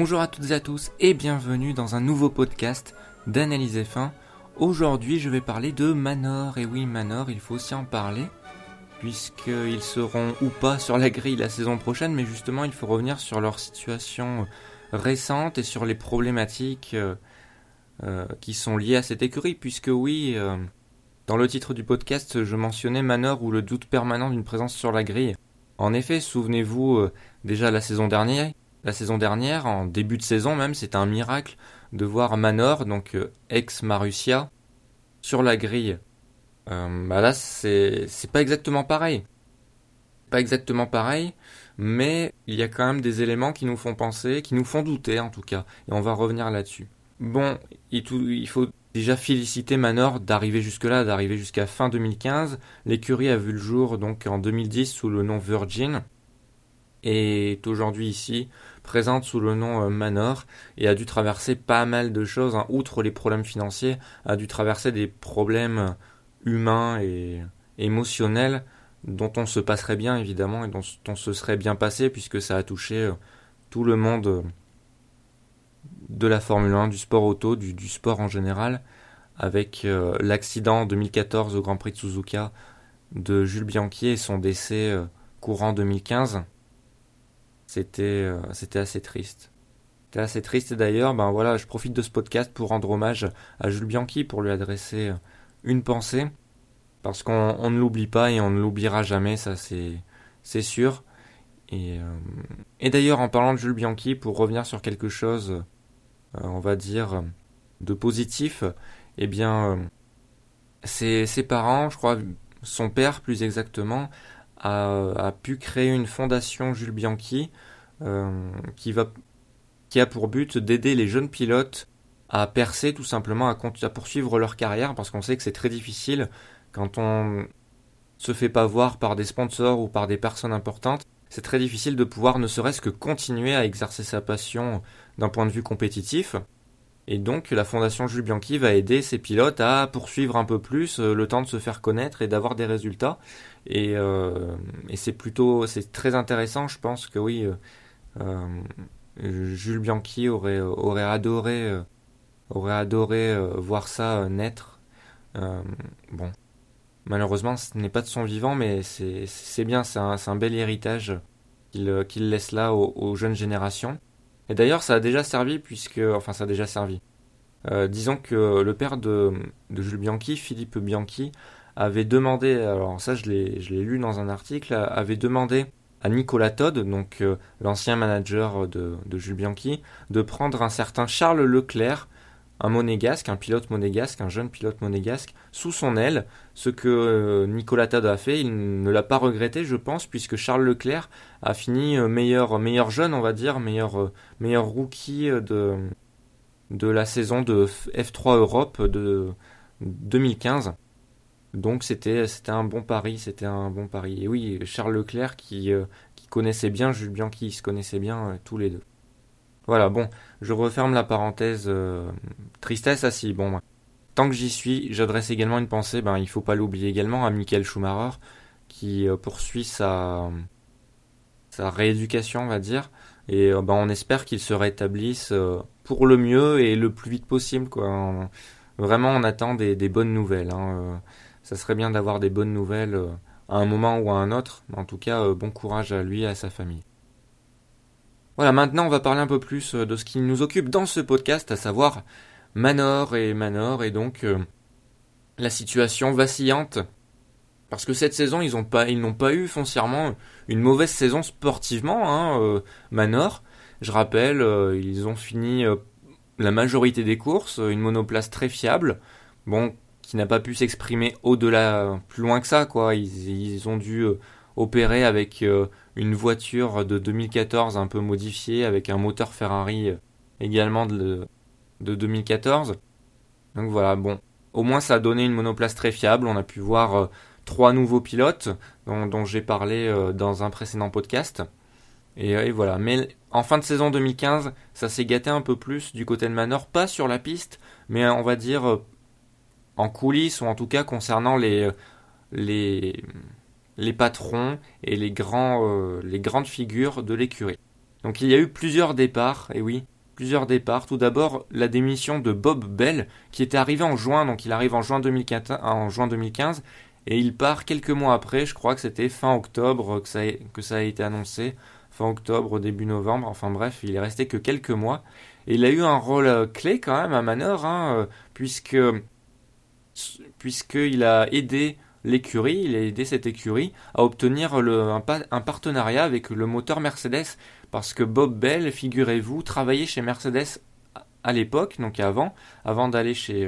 Bonjour à toutes et à tous et bienvenue dans un nouveau podcast d'Analyse F1. Aujourd'hui je vais parler de Manor, et oui Manor il faut aussi en parler puisqu'ils seront ou pas sur la grille la saison prochaine, mais justement il faut revenir sur leur situation récente et sur les problématiques qui sont liées à cette écurie, puisque oui, dans le titre du podcast je mentionnais Manor ou le doute permanent d'une présence sur la grille. En effet, souvenez-vous déjà la saison dernière, en début de saison même, c'était un miracle de voir Manor, donc ex-Marussia, sur la grille. Là, c'est pas exactement pareil. Pas exactement pareil, mais il y a quand même des éléments qui nous font penser, qui nous font douter en tout cas, et on va revenir là-dessus. Bon, il faut déjà féliciter Manor d'arriver jusque-là, d'arriver jusqu'à fin 2015. L'écurie a vu le jour donc en 2010 sous le nom Virgin, et est aujourd'hui ici présente sous le nom Manor, et a dû traverser pas mal de choses, hein. Outre les problèmes financiers, a dû traverser des problèmes humains et émotionnels dont on se passerait bien évidemment, et dont on se serait bien passé, puisque ça a touché tout le monde de la Formule 1, du sport auto, du sport en général, avec l'accident en 2014 au Grand Prix de Suzuka de Jules Bianchi et son décès courant 2015. C'était assez triste. C'était assez triste, et d'ailleurs, je profite de ce podcast pour rendre hommage à Jules Bianchi, pour lui adresser une pensée, parce qu'on ne l'oublie pas et on ne l'oubliera jamais, ça c'est sûr. Et d'ailleurs, en parlant de Jules Bianchi, pour revenir sur quelque chose, on va dire, de positif, eh bien, ses parents, je crois, son père plus exactement, a pu créer une fondation Jules Bianchi qui a pour but d'aider les jeunes pilotes à percer, tout simplement, à poursuivre leur carrière, parce qu'on sait que c'est très difficile quand on se fait pas voir par des sponsors ou par des personnes importantes. C'est très difficile de pouvoir ne serait-ce que continuer à exercer sa passion d'un point de vue compétitif. Et donc la fondation Jules Bianchi va aider ces pilotes à poursuivre un peu plus le temps de se faire connaître et d'avoir des résultats. Et c'est très intéressant. Je pense que oui, Jules Bianchi aurait adoré voir ça naître. Bon, malheureusement ce n'est pas de son vivant, mais c'est bien, c'est un bel héritage qu'il laisse là aux jeunes générations. Et d'ailleurs, ça a déjà servi, disons que le père de Jules Bianchi, Philippe Bianchi, avait demandé, alors ça je l'ai lu dans un article, avait demandé à Nicolas Todt, donc l'ancien manager de Jules Bianchi, de prendre un certain Charles Leclerc, un monégasque, un jeune pilote monégasque, sous son aile, ce que Nicolas Todt a fait. Il ne l'a pas regretté, je pense, puisque Charles Leclerc a fini meilleur jeune, on va dire, meilleur rookie de la saison de F3 Europe de 2015. Donc c'était un bon pari, Et oui, Charles Leclerc qui connaissait bien Jules Bianchi, ils se connaissaient bien tous les deux. Voilà, bon, je referme la parenthèse tristesse. Ah si, bon, tant que j'y suis, j'adresse également une pensée, il faut pas l'oublier également, à Michael Schumacher, qui poursuit sa rééducation, on va dire, et on espère qu'il se rétablisse pour le mieux et le plus vite possible, quoi. Vraiment, on attend des bonnes nouvelles, hein. Ça serait bien d'avoir des bonnes nouvelles à un moment ou à un autre. En tout cas, bon courage à lui et à sa famille. Voilà, maintenant on va parler un peu plus de ce qui nous occupe dans ce podcast, à savoir Manor, et donc la situation vacillante. Parce que cette saison, ils n'ont pas eu foncièrement une mauvaise saison sportivement, hein, Manor. Je rappelle, ils ont fini la majorité des courses, une monoplace très fiable, bon, qui n'a pas pu s'exprimer au-delà, plus loin que ça, quoi. Ils ont dû opérer avec une voiture de 2014 un peu modifiée, avec un moteur Ferrari également de 2014. Donc voilà, bon, au moins ça a donné une monoplace très fiable. On a pu voir 3 nouveaux pilotes dont j'ai parlé dans un précédent podcast. Et voilà, mais en fin de saison 2015, ça s'est gâté un peu plus du côté de Manor, pas sur la piste, mais on va dire en coulisses, ou en tout cas concernant les patrons et les grandes figures de l'écurie. Donc il y a eu plusieurs départs, et oui, plusieurs départs. Tout d'abord, la démission de Bob Bell, qui était arrivé en juin, donc il arrive en juin 2015, et il part quelques mois après, je crois que c'était fin octobre que ça a été annoncé, fin octobre, début novembre, enfin bref, il est resté que quelques mois. Et il a eu un rôle clé quand même à Manor, puisqu'il a aidé l'écurie, il a aidé cette écurie à obtenir un partenariat avec le moteur Mercedes, parce que Bob Bell, figurez-vous, travaillait chez Mercedes à l'époque, donc avant d'aller chez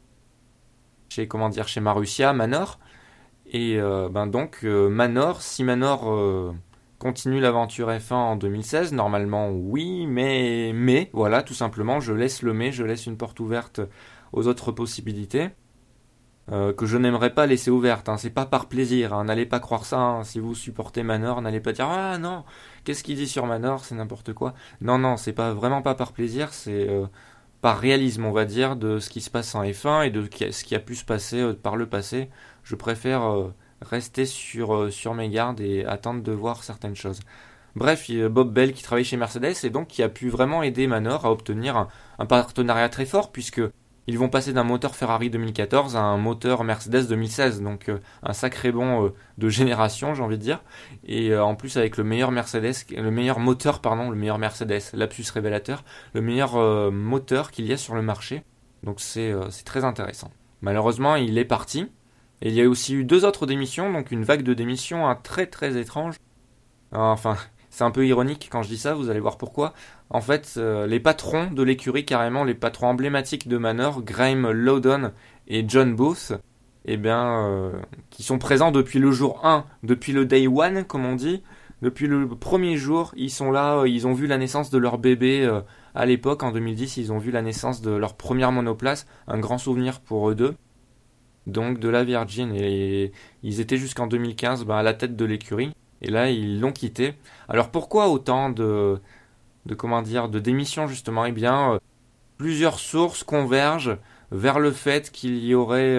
Marussia, Manor. Et Manor, si Manor continue l'aventure F1 en 2016, normalement oui, mais voilà, tout simplement, je laisse une porte ouverte aux autres possibilités. Que je n'aimerais pas laisser ouverte, hein. C'est pas par plaisir, hein. N'allez pas croire ça, hein. Si vous supportez Manor, n'allez pas dire ah non, qu'est-ce qu'il dit sur Manor, c'est n'importe quoi. Non, c'est pas vraiment pas par plaisir, c'est par réalisme, on va dire, de ce qui se passe en F1 et de ce qui a pu se passer par le passé. Je préfère rester sur mes gardes et attendre de voir certaines choses. Bref, il y a Bob Bell qui travaille chez Mercedes et donc qui a pu vraiment aider Manor à obtenir un partenariat très fort, puisque ils vont passer d'un moteur Ferrari 2014 à un moteur Mercedes 2016, donc un sacré bond de génération, j'ai envie de dire. Et en plus avec le meilleur Mercedes, lapsus révélateur, le meilleur moteur qu'il y a sur le marché. Donc c'est très intéressant. Malheureusement, il est parti. Et il y a aussi eu 2 autres démissions, donc une vague de démissions très très étrange. Enfin, c'est un peu ironique quand je dis ça, vous allez voir pourquoi. En fait, les patrons de l'écurie, carrément, les patrons emblématiques de Manor, Graham Loudon et John Booth, qui sont présents depuis le jour 1, depuis le day one, comme on dit, depuis le premier jour, ils sont là, ils ont vu la naissance de leur bébé à l'époque, en 2010, ils ont vu la naissance de leur première monoplace, un grand souvenir pour eux deux, donc de la Virgin, et ils étaient jusqu'en 2015 à la tête de l'écurie, et là, ils l'ont quitté. Alors pourquoi autant de démission justement? Eh bien, plusieurs sources convergent vers le fait qu'il y aurait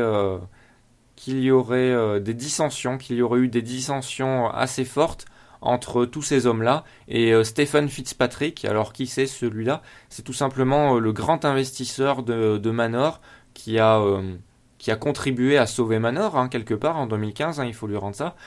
des dissensions, qu'il y aurait eu des dissensions assez fortes entre tous ces hommes-là et Stephen Fitzpatrick. Alors qui c'est celui-là? C'est tout simplement le grand investisseur de Manor qui a contribué à sauver Manor, hein, quelque part en 2015, hein, il faut lui rendre ça.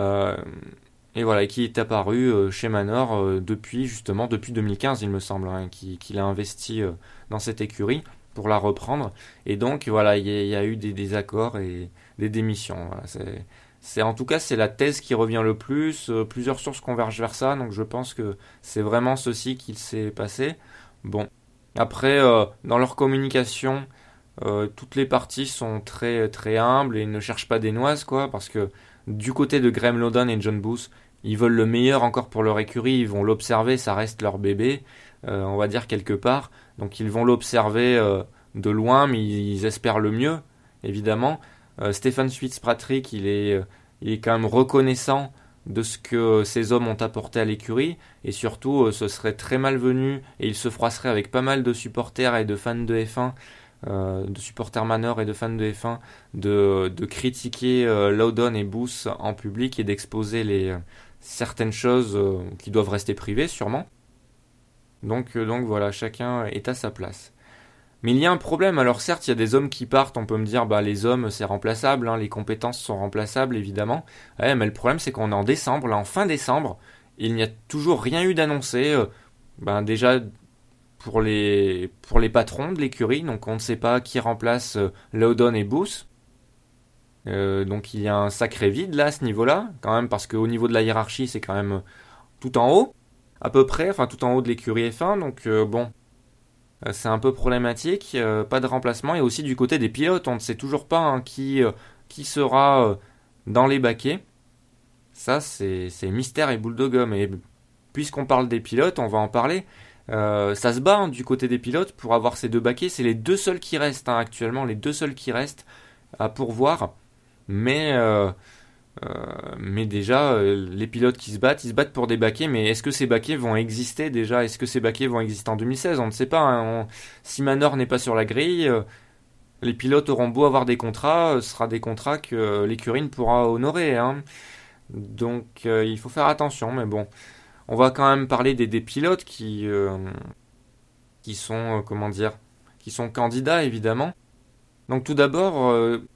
Et voilà, qui est apparu chez Manor depuis 2015, il me semble, hein, qu'il a investi dans cette écurie pour la reprendre. Et donc, voilà, il y a eu des désaccords et des démissions. Voilà, c'est en tout cas, c'est la thèse qui revient le plus. Plusieurs sources convergent vers ça, donc je pense que c'est vraiment ceci qu'il s'est passé. Bon, après, dans leur communication, toutes les parties sont très, très humbles et ne cherchent pas des noises, quoi, parce que du côté de Graham Loudon et John Booth, ils veulent le meilleur encore pour leur écurie, ils vont l'observer, ça reste leur bébé, on va dire quelque part. Donc ils vont l'observer de loin, mais ils espèrent le mieux, évidemment. Stephen Fitzpatrick, il est quand même reconnaissant de ce que ces hommes ont apporté à l'écurie, et surtout ce serait très malvenu, et il se froisserait avec pas mal de supporters et de fans de F1, de supporters Manor et de fans de F1, de critiquer Loudon et Booth en public et d'exposer certaines choses qui doivent rester privées sûrement. Donc voilà, chacun est à sa place. Mais il y a un problème. Alors certes, il y a des hommes qui partent, on peut me dire les hommes c'est remplaçable, hein, les compétences sont remplaçables évidemment. Ouais, mais le problème c'est qu'on est en décembre, là en fin décembre, il n'y a toujours rien eu d'annoncé. Déjà pour les patrons de l'écurie, donc on ne sait pas qui remplace Loudon et Booth. Donc il y a un sacré vide là à ce niveau-là, quand même, parce qu'au niveau de la hiérarchie, c'est quand même tout en haut, à peu près, enfin tout en haut de l'écurie F1, donc c'est un peu problématique, pas de remplacement, et aussi du côté des pilotes, on ne sait toujours pas hein, qui sera dans les baquets. Ça c'est mystère et boule de gomme, et puisqu'on parle des pilotes, on va en parler. Ça se bat hein, du côté des pilotes pour avoir ces 2 baquets, c'est les 2 seuls qui restent hein, actuellement, les 2 seuls qui restent à pourvoir. Mais déjà, les pilotes qui se battent, ils se battent pour des baquets, mais est-ce que ces baquets vont exister déjà? Est-ce que ces baquets vont exister en 2016? On ne sait pas. Hein. Si Manor n'est pas sur la grille, les pilotes auront beau avoir des contrats, ce sera des contrats que l'écurie ne pourra honorer. Hein. Donc il faut faire attention, mais bon. On va quand même parler des pilotes qui qui sont, qui sont candidats évidemment. Donc tout d'abord,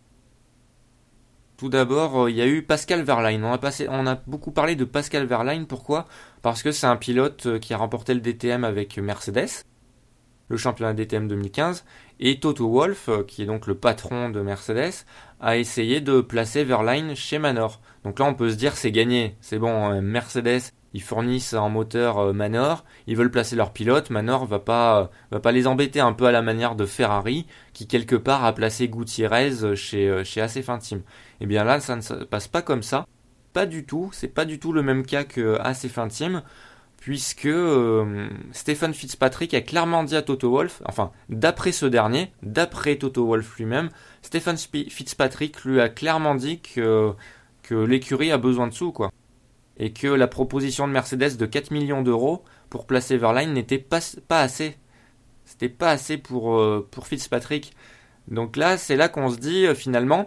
il y a eu Pascal Wehrlein. On a beaucoup parlé de Pascal Wehrlein. Pourquoi ? Parce que c'est un pilote qui a remporté le DTM avec Mercedes, le championnat DTM 2015, et Toto Wolff, qui est donc le patron de Mercedes, a essayé de placer Wehrlein chez Manor. Donc là, on peut se dire c'est gagné, c'est bon. Mercedes, ils fournissent un moteur Manor, ils veulent placer leur pilote. Manor va pas les embêter, un peu à la manière de Ferrari, qui quelque part a placé Gutiérrez chez AC Team. Et bien là, ça ne se passe pas comme ça, pas du tout. C'est pas du tout le même cas que AC Team, puisque Stephen Fitzpatrick a clairement dit à Toto Wolff, enfin d'après ce dernier, d'après Toto Wolff lui-même, Stephen Fitzpatrick lui a clairement dit que l'écurie a besoin de sous, quoi. Et que la proposition de Mercedes de 4 millions d'euros pour placer Wehrlein n'était pas assez. C'était pas assez pour Fitzpatrick. Donc là, c'est là qu'on se dit finalement,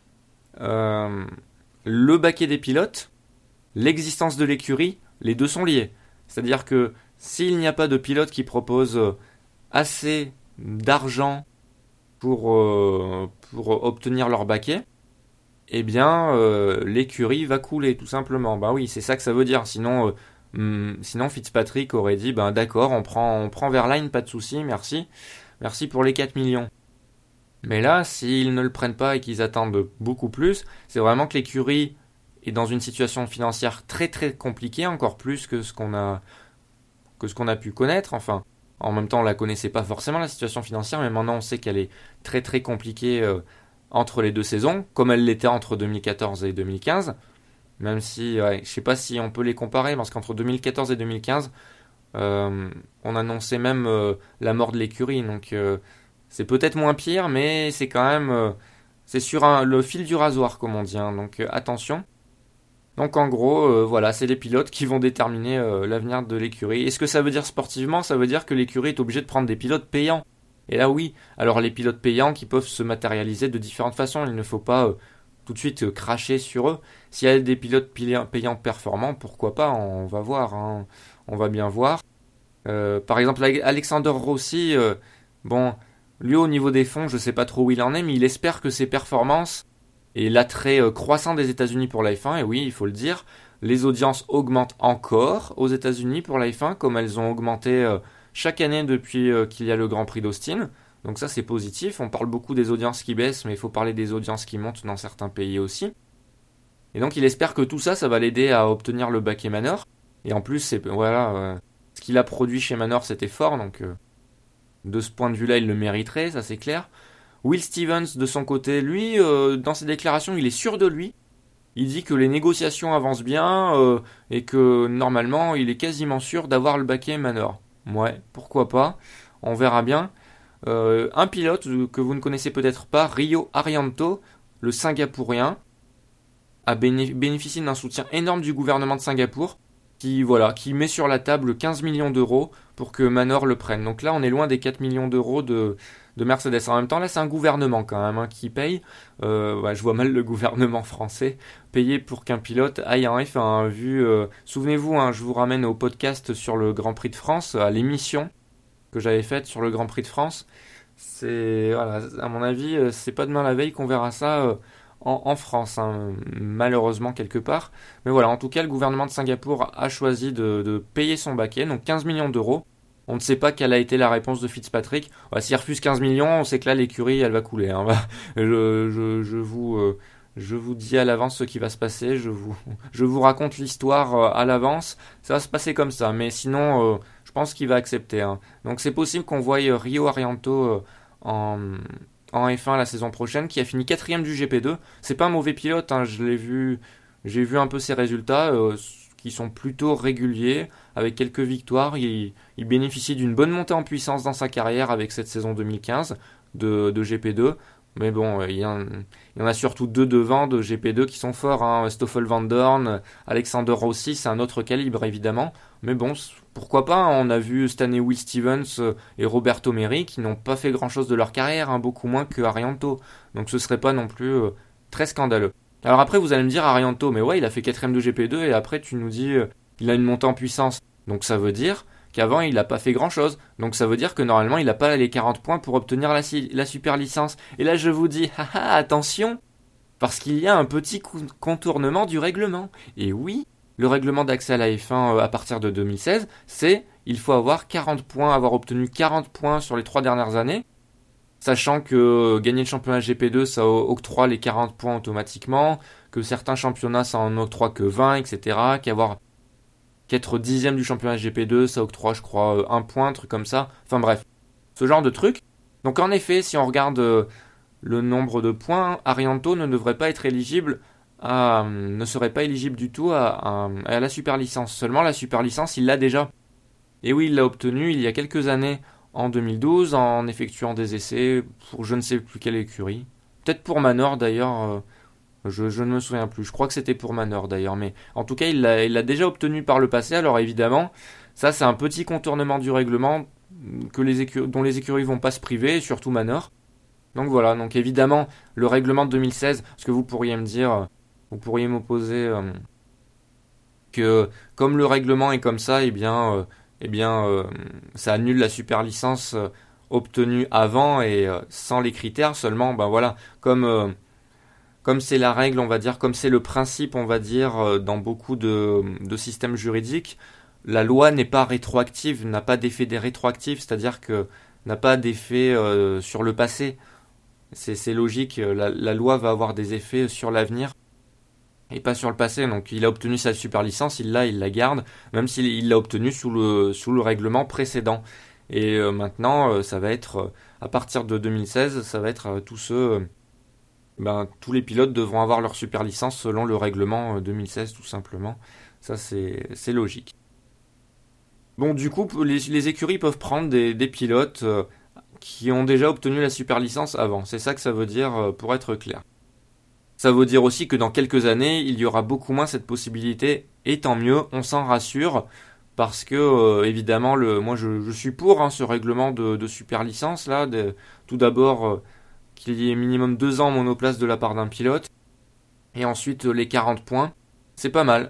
le baquet des pilotes, l'existence de l'écurie, les deux sont liés. C'est-à-dire que s'il n'y a pas de pilote qui propose assez d'argent pour obtenir leur baquet, eh bien l'écurie va couler tout simplement. Bah oui, c'est ça que ça veut dire. Sinon Fitzpatrick aurait dit d'accord, on prend Wehrlein, pas de souci, merci pour les 4 millions. Mais là, s'ils ne le prennent pas et qu'ils attendent beaucoup plus, c'est vraiment que l'écurie est dans une situation financière très très compliquée, encore plus que ce qu'on a pu connaître. Enfin, en même temps, on la connaissait pas forcément la situation financière, mais maintenant on sait qu'elle est très très compliquée entre les deux saisons, comme elle l'était entre 2014 et 2015. Même si, je sais pas si on peut les comparer, parce qu'entre 2014 et 2015, on annonçait même la mort de l'écurie, donc c'est peut-être moins pire, mais c'est quand même, c'est sur le fil du rasoir, comme on dit, hein, donc attention. Donc en gros, voilà, c'est les pilotes qui vont déterminer l'avenir de l'écurie. Et ce que ça veut dire sportivement, ça veut dire que l'écurie est obligée de prendre des pilotes payants. Et là oui, alors les pilotes payants qui peuvent se matérialiser de différentes façons, il ne faut pas tout de suite cracher sur eux. S'il y a des pilotes payants performants, pourquoi pas, on va voir, hein, on va bien voir. Par exemple, Alexander Rossi, lui au niveau des fonds, je sais pas trop où il en est, mais il espère que ses performances et l'attrait croissant des États-Unis pour la F1, et oui, il faut le dire, les audiences augmentent encore aux États-Unis pour la F1, comme elles ont augmenté chaque année depuis qu'il y a le Grand Prix d'Austin. Donc ça, c'est positif. On parle beaucoup des audiences qui baissent, mais il faut parler des audiences qui montent dans certains pays aussi. Et donc, il espère que tout ça, ça va l'aider à obtenir le baquet Manor. Et en plus, ce qu'il a produit chez Manor, c'était fort, donc de ce point de vue-là, il le mériterait, ça c'est clair. Will Stevens, de son côté, lui, dans ses déclarations, il est sûr de lui. Il dit que les négociations avancent bien et que normalement, il est quasiment sûr d'avoir le baquet Manor. Ouais, pourquoi pas, on verra bien. Un pilote que vous ne connaissez peut-être pas, Rio Arianto, le Singapourien, a bénéficié d'un soutien énorme du gouvernement de Singapour qui met sur la table 15 millions d'euros pour que Manor le prenne. Donc là, on est loin des 4 millions d'euros de Mercedes. En même temps, là, c'est un gouvernement quand même qui paye. Je vois mal le gouvernement français payer pour qu'un pilote aille en F1. Souvenez-vous, je vous ramène au podcast sur le Grand Prix de France, à l'émission que j'avais faite sur le Grand Prix de France. À mon avis, c'est pas demain la veille qu'on verra ça en France, malheureusement quelque part. Mais voilà, en tout cas, le gouvernement de Singapour a choisi de payer son baquet, donc 15 millions d'euros. On ne sait pas quelle a été la réponse de Fitzpatrick. S'il refuse 15 millions, on sait que là, l'écurie, elle va couler. Je vous dis à l'avance ce qui va se passer. Je vous raconte l'histoire à l'avance. Ça va se passer comme ça. Mais sinon, je pense qu'il va accepter. Donc c'est possible qu'on voie Rio Arianto en F1 la saison prochaine, qui a fini 4ème du GP2. C'est pas un mauvais pilote, j'ai vu un peu ses résultats qui sont plutôt réguliers, avec quelques victoires. Il bénéficie d'une bonne montée en puissance dans sa carrière avec cette saison 2015 de GP2. Mais bon, il y en a surtout deux devant de GP2 qui sont forts. Stoffel Van Dorn, Alexander Rossi, c'est un autre calibre évidemment. Mais bon, pourquoi pas, on a vu cette année Will Stevens et Roberto Merhi qui n'ont pas fait grand-chose de leur carrière, beaucoup moins que Arianto. Donc ce serait pas non plus très scandaleux. Alors après, vous allez me dire, Arianto, mais ouais, il a fait 4ème de GP2 et après tu nous dis il a une montée en puissance. Donc ça veut dire qu'avant il n'a pas fait grand chose. Donc ça veut dire que normalement il n'a pas les 40 points pour obtenir la super licence. Et là je vous dis, attention, parce qu'il y a un petit contournement du règlement. Et oui, le règlement d'accès à la F1 à partir de 2016, c'est il faut avoir 40 points, avoir obtenu 40 points sur les 3 dernières années, sachant que gagner le championnat GP2 ça octroie les 40 points automatiquement, que certains championnats ça en octroie que 20, etc. Qu'être dixième du championnat GP2 ça octroie je crois 1 point, un truc comme ça. Enfin bref, ce genre de truc. Donc en effet, si on regarde le nombre de points, Arianto ne devrait pas être éligible ne serait pas éligible du tout à la super licence. Seulement la super licence il l'a déjà. Et oui, il l'a obtenu il y a quelques années, en 2012, en effectuant des essais pour je ne sais plus quelle écurie. Peut-être pour Manor d'ailleurs, je ne me souviens plus. Je crois que c'était pour Manor d'ailleurs, mais en tout cas il l'a déjà obtenu par le passé. Alors évidemment, ça c'est un petit contournement du règlement dont les écuries vont pas se priver, surtout Manor. Donc voilà, donc évidemment le règlement de 2016, parce que vous pourriez me dire, vous pourriez m'opposer que comme le règlement est comme ça, ça annule la super licence obtenue avant et sans les critères seulement. Ben voilà, comme c'est la règle, on va dire, comme c'est le principe, on va dire, dans beaucoup de systèmes juridiques, la loi n'est pas rétroactive, n'a pas d'effet rétroactif, c'est-à-dire que n'a pas d'effet sur le passé. C'est logique, la loi va avoir des effets sur l'avenir et pas sur le passé. Donc il a obtenu sa super licence, il la garde, même s'il l'a obtenu sous le règlement précédent. Et maintenant, ça va être, à partir de 2016, ça va être tous les pilotes devront avoir leur super licence selon le règlement 2016 tout simplement. Ça c'est logique. Bon, du coup, les écuries peuvent prendre des pilotes qui ont déjà obtenu la super licence avant. C'est ça que ça veut dire pour être clair. Ça veut dire aussi que dans quelques années, il y aura beaucoup moins cette possibilité, et tant mieux, on s'en rassure, parce que évidemment, moi je suis pour ce règlement de super licence là. Tout d'abord, qu'il y ait minimum 2 ans monoplace de la part d'un pilote, et ensuite les 40 points. C'est pas mal.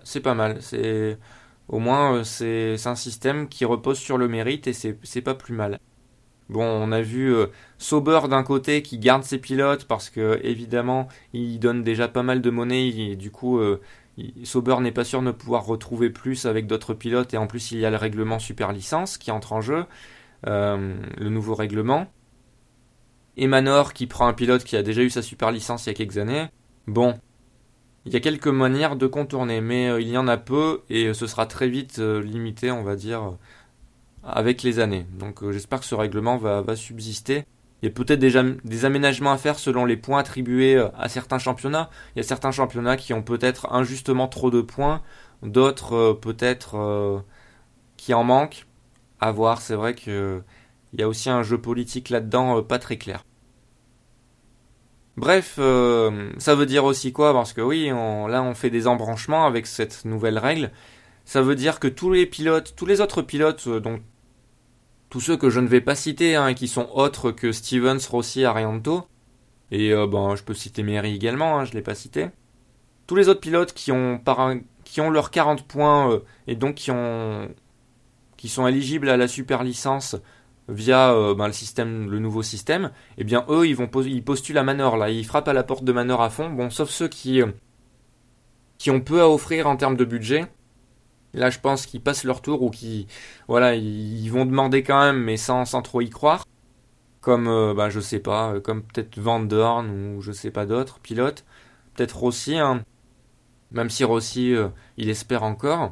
Au moins c'est un système qui repose sur le mérite et c'est pas plus mal. Bon, on a vu Sauber d'un côté qui garde ses pilotes parce que évidemment il donne déjà pas mal de monnaie et du coup Sauber n'est pas sûr de pouvoir retrouver plus avec d'autres pilotes et en plus il y a le règlement super licence qui entre en jeu, le nouveau règlement. Et Manor qui prend un pilote qui a déjà eu sa super licence il y a quelques années. Bon, il y a quelques manières de contourner, mais il y en a peu et ce sera très vite limité, on va dire, avec les années. Donc j'espère que ce règlement va subsister. Il y a peut-être déjà des aménagements à faire selon les points attribués à certains championnats. Il y a certains championnats qui ont peut-être injustement trop de points, d'autres peut-être qui en manquent. À voir, c'est vrai que il y a aussi un jeu politique là-dedans pas très clair. Bref, ça veut dire aussi quoi? Parce que oui, là on fait des embranchements avec cette nouvelle règle. Ça veut dire que tous les autres pilotes, donc tous ceux que je ne vais pas citer, et qui sont autres que Stevens, Rossi, Arianto, et je peux citer Meri également, je ne l'ai pas cité. Tous les autres pilotes qui ont leurs 40 points et donc qui sont éligibles à la super licence via le nouveau système, eh bien eux ils postulent à Manor là, ils frappent à la porte de Manor à fond. Bon, sauf ceux qui ont peu à offrir en termes de budget. Là, je pense qu'ils passent leur tour ou ils vont demander quand même, mais sans trop y croire. Comme, je sais pas, comme peut-être Van Dorn ou je sais pas d'autres pilotes. Peut-être Rossi, même si Rossi, il espère encore.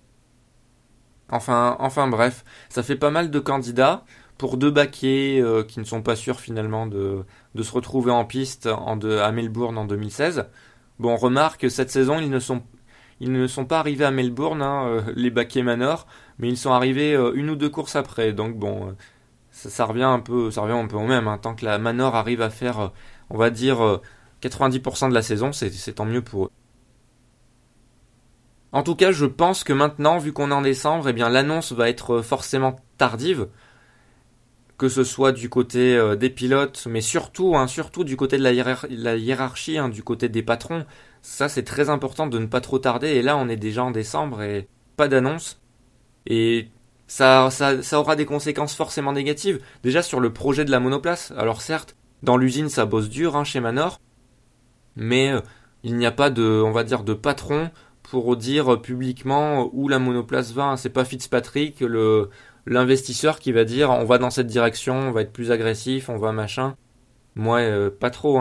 Enfin bref, ça fait pas mal de candidats pour 2 baquets qui ne sont pas sûrs finalement de se retrouver en piste à Melbourne en 2016. Bon, on remarque que cette saison, ils ne sont pas arrivés à Melbourne, les baquets Manor, mais ils sont arrivés 1 ou 2 courses après. Donc bon, ça revient un peu au même. Tant que la Manor arrive à faire, on va dire, 90% de la saison, c'est tant mieux pour eux. En tout cas, je pense que maintenant, vu qu'on est en décembre, l'annonce va être forcément tardive, que ce soit du côté des pilotes, mais surtout du côté de la hiérarchie, du côté des patrons. Ça, c'est très important de ne pas trop tarder. Et là, on est déjà en décembre et pas d'annonce. Et ça aura des conséquences forcément négatives. Déjà sur le projet de la monoplace. Alors certes, dans l'usine ça bosse dur chez Manor, mais il n'y a pas on va dire, de patron pour dire publiquement où la monoplace va. C'est pas Fitzpatrick, l'investisseur, qui va dire on va dans cette direction, on va être plus agressif, on va machin. Moi, pas trop.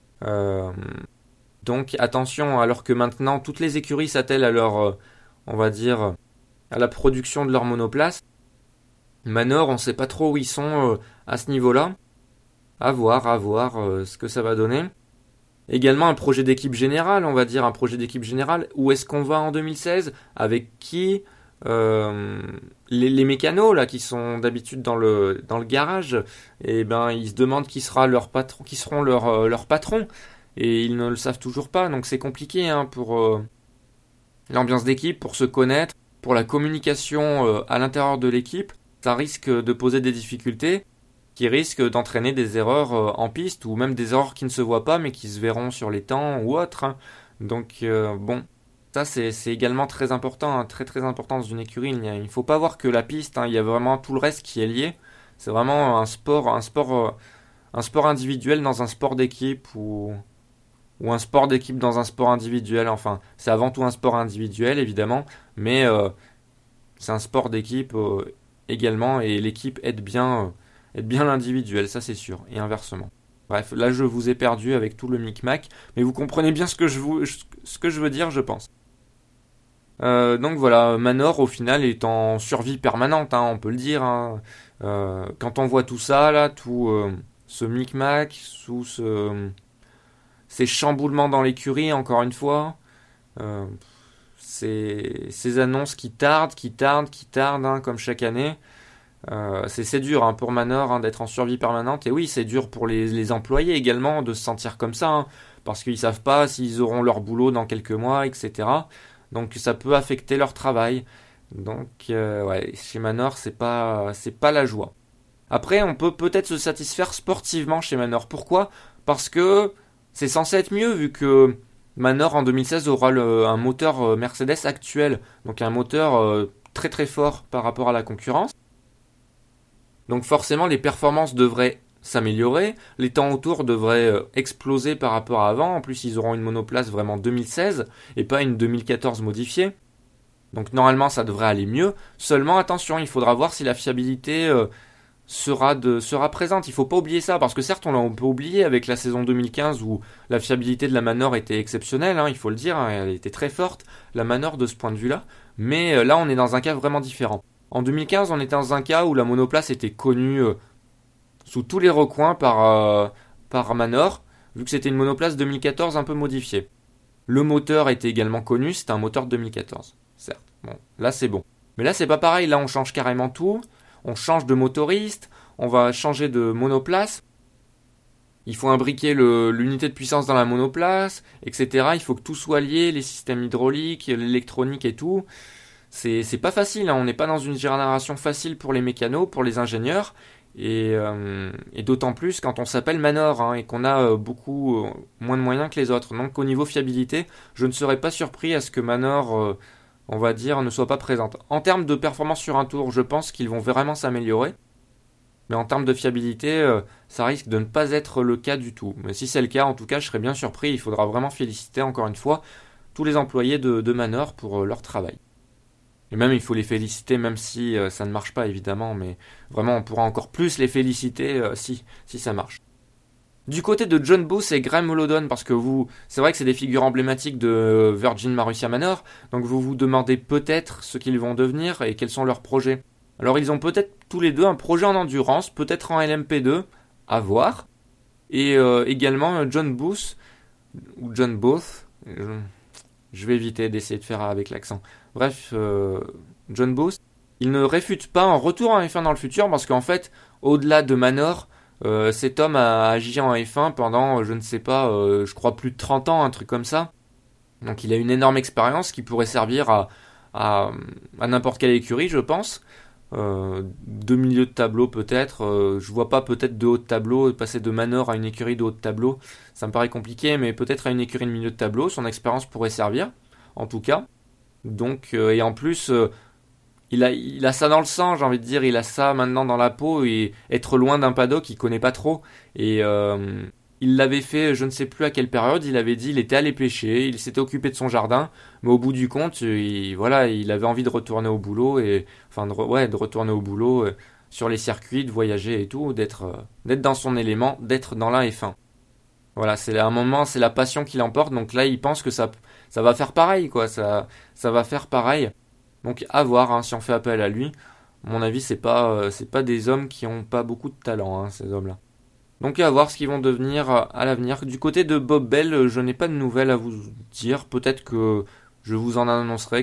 Donc attention, alors que maintenant toutes les écuries s'attellent à on va dire, à la production de leur monoplace. Manor, on sait pas trop où ils sont à ce niveau-là. À voir ce que ça va donner. Également un projet d'équipe générale, on va dire, un projet d'équipe générale. Où est-ce qu'on va en 2016? Avec qui? Les mécanos là qui sont d'habitude dans le garage, et ben ils se demandent qui sera leur patron, qui seront leur patron, et ils ne le savent toujours pas. Donc c'est compliqué pour l'ambiance d'équipe, pour se connaître, pour la communication à l'intérieur de l'équipe. Ça risque de poser des difficultés qui risquent d'entraîner des erreurs en piste, ou même des erreurs qui ne se voient pas mais qui se verront sur les temps ou autre. Donc bon, ça c'est également très important, très très important dans une écurie. Il ne faut pas voir que la piste, il y a vraiment tout le reste qui est lié. C'est vraiment un sport individuel dans un sport d'équipe, ou un sport d'équipe dans un sport individuel. Enfin, c'est avant tout un sport individuel évidemment, mais c'est un sport d'équipe également, et l'équipe aide bien l'individuel, ça c'est sûr, et inversement. Bref, là je vous ai perdu avec tout le micmac, mais vous comprenez bien ce que je veux dire, je pense. Donc voilà, Manor au final est en survie permanente, on peut le dire. Quand on voit tout ça, là, tout ce micmac, ces chamboulements dans l'écurie, encore une fois, ces annonces qui tardent, comme chaque année. C'est dur pour Manor d'être en survie permanente, et oui, c'est dur pour les employés également de se sentir comme ça, parce qu'ils savent pas s'ils auront leur boulot dans quelques mois, etc. Donc ça peut affecter leur travail. Donc ouais, chez Manor c'est pas la joie. Après, on peut peut-être se satisfaire sportivement chez Manor. Pourquoi? Parce que c'est censé être mieux, vu que Manor en 2016 aura un moteur Mercedes actuel, donc un moteur très très fort par rapport à la concurrence. Donc forcément les performances devraient s'améliorer, les temps autour devraient exploser par rapport à avant. En plus ils auront une monoplace vraiment 2016 et pas une 2014 modifiée. Donc normalement ça devrait aller mieux. Seulement attention, il faudra voir si la fiabilité sera présente. Il ne faut pas oublier ça, parce que certes on peut oublier avec la saison 2015 où la fiabilité de la Manor était exceptionnelle, il faut le dire, elle était très forte, la Manor, de ce point de vue-là. Mais là on est dans un cas vraiment différent. En 2015, on était dans un cas où la monoplace était connue sous tous les recoins par Manor, vu que c'était une monoplace 2014 un peu modifiée. Le moteur était également connu, c'était un moteur de 2014, certes. Bon, là c'est bon. Mais là c'est pas pareil, là on change carrément tout, on change de motoriste, on va changer de monoplace. Il faut imbriquer l'unité de puissance dans la monoplace, etc. Il faut que tout soit lié, les systèmes hydrauliques, l'électronique et tout. C'est pas facile, on n'est pas dans une génération facile pour les mécanos, pour les ingénieurs, et d'autant plus quand on s'appelle Manor et qu'on a beaucoup moins de moyens que les autres. Donc au niveau fiabilité, je ne serais pas surpris à ce que Manor, on va dire, ne soit pas présente. En termes de performance sur un tour, je pense qu'ils vont vraiment s'améliorer, mais en termes de fiabilité, ça risque de ne pas être le cas du tout. Mais si c'est le cas, en tout cas, je serais bien surpris. Il faudra vraiment féliciter encore une fois tous les employés de Manor pour leur travail. Et même il faut les féliciter, même si ça ne marche pas évidemment, mais vraiment on pourra encore plus les féliciter si ça marche. Du côté de John Booth et Graham Holodon, parce que c'est vrai que c'est des figures emblématiques de Virgin Marussia Manor, donc vous vous demandez peut-être ce qu'ils vont devenir et quels sont leurs projets. Alors ils ont peut-être tous les deux un projet en endurance, peut-être en LMP2, à voir. Et également John Booth, ou John Booth, je vais éviter d'essayer de faire avec l'accent. Bref, John Booth, il ne réfute pas un retour en F1 dans le futur, parce qu'en fait, au-delà de Manor, cet homme a agi en F1 pendant, je ne sais pas, je crois plus de 30 ans, un truc comme ça. Donc il a une énorme expérience qui pourrait servir à n'importe quelle écurie, je pense. De milieu de tableau peut-être, je vois pas peut-être de haut de tableau, passer de Manor à une écurie de haut de tableau, ça me paraît compliqué, mais peut-être à une écurie de milieu de tableau, son expérience pourrait servir, en tout cas. Donc, et en plus, il a ça dans le sang, j'ai envie de dire, il a ça maintenant dans la peau, et être loin d'un paddock, il connaît pas trop. Et il l'avait fait, je ne sais plus à quelle période, il avait dit, il était allé pêcher, il s'était occupé de son jardin, mais au bout du compte, il avait envie de retourner au boulot, de retourner au boulot, sur les circuits, de voyager et tout, d'être dans son élément, d'être dans la F1. Voilà, c'est un moment, c'est la passion qui l'emporte, donc là, il pense que ça va faire pareil, quoi, ça va faire pareil. Donc à voir, hein, si on fait appel à lui. À mon avis, c'est pas des hommes qui ont pas beaucoup de talent, hein, ces hommes-là. Donc à voir ce qu'ils vont devenir à l'avenir. Du côté de Bob Bell, je n'ai pas de nouvelles à vous dire. Peut-être que je vous en annoncerai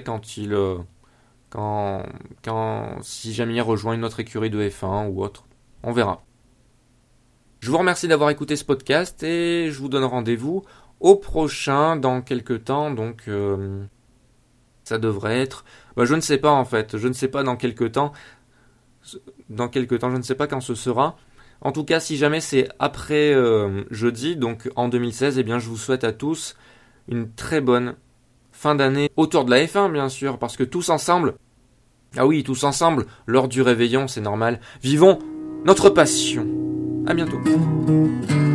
si jamais il rejoint une autre écurie de F1 ou autre. On verra. Je vous remercie d'avoir écouté ce podcast et je vous donne rendez-vous au prochain dans quelques temps. Donc ça devrait être... je ne sais pas en fait. Je ne sais pas dans quelques temps. Je ne sais pas quand ce sera. En tout cas, si jamais c'est après jeudi, donc en 2016, eh bien je vous souhaite à tous une très bonne fin d'année autour de la F1 bien sûr, parce que tous ensemble, lors du réveillon, c'est normal, vivons notre passion. À bientôt.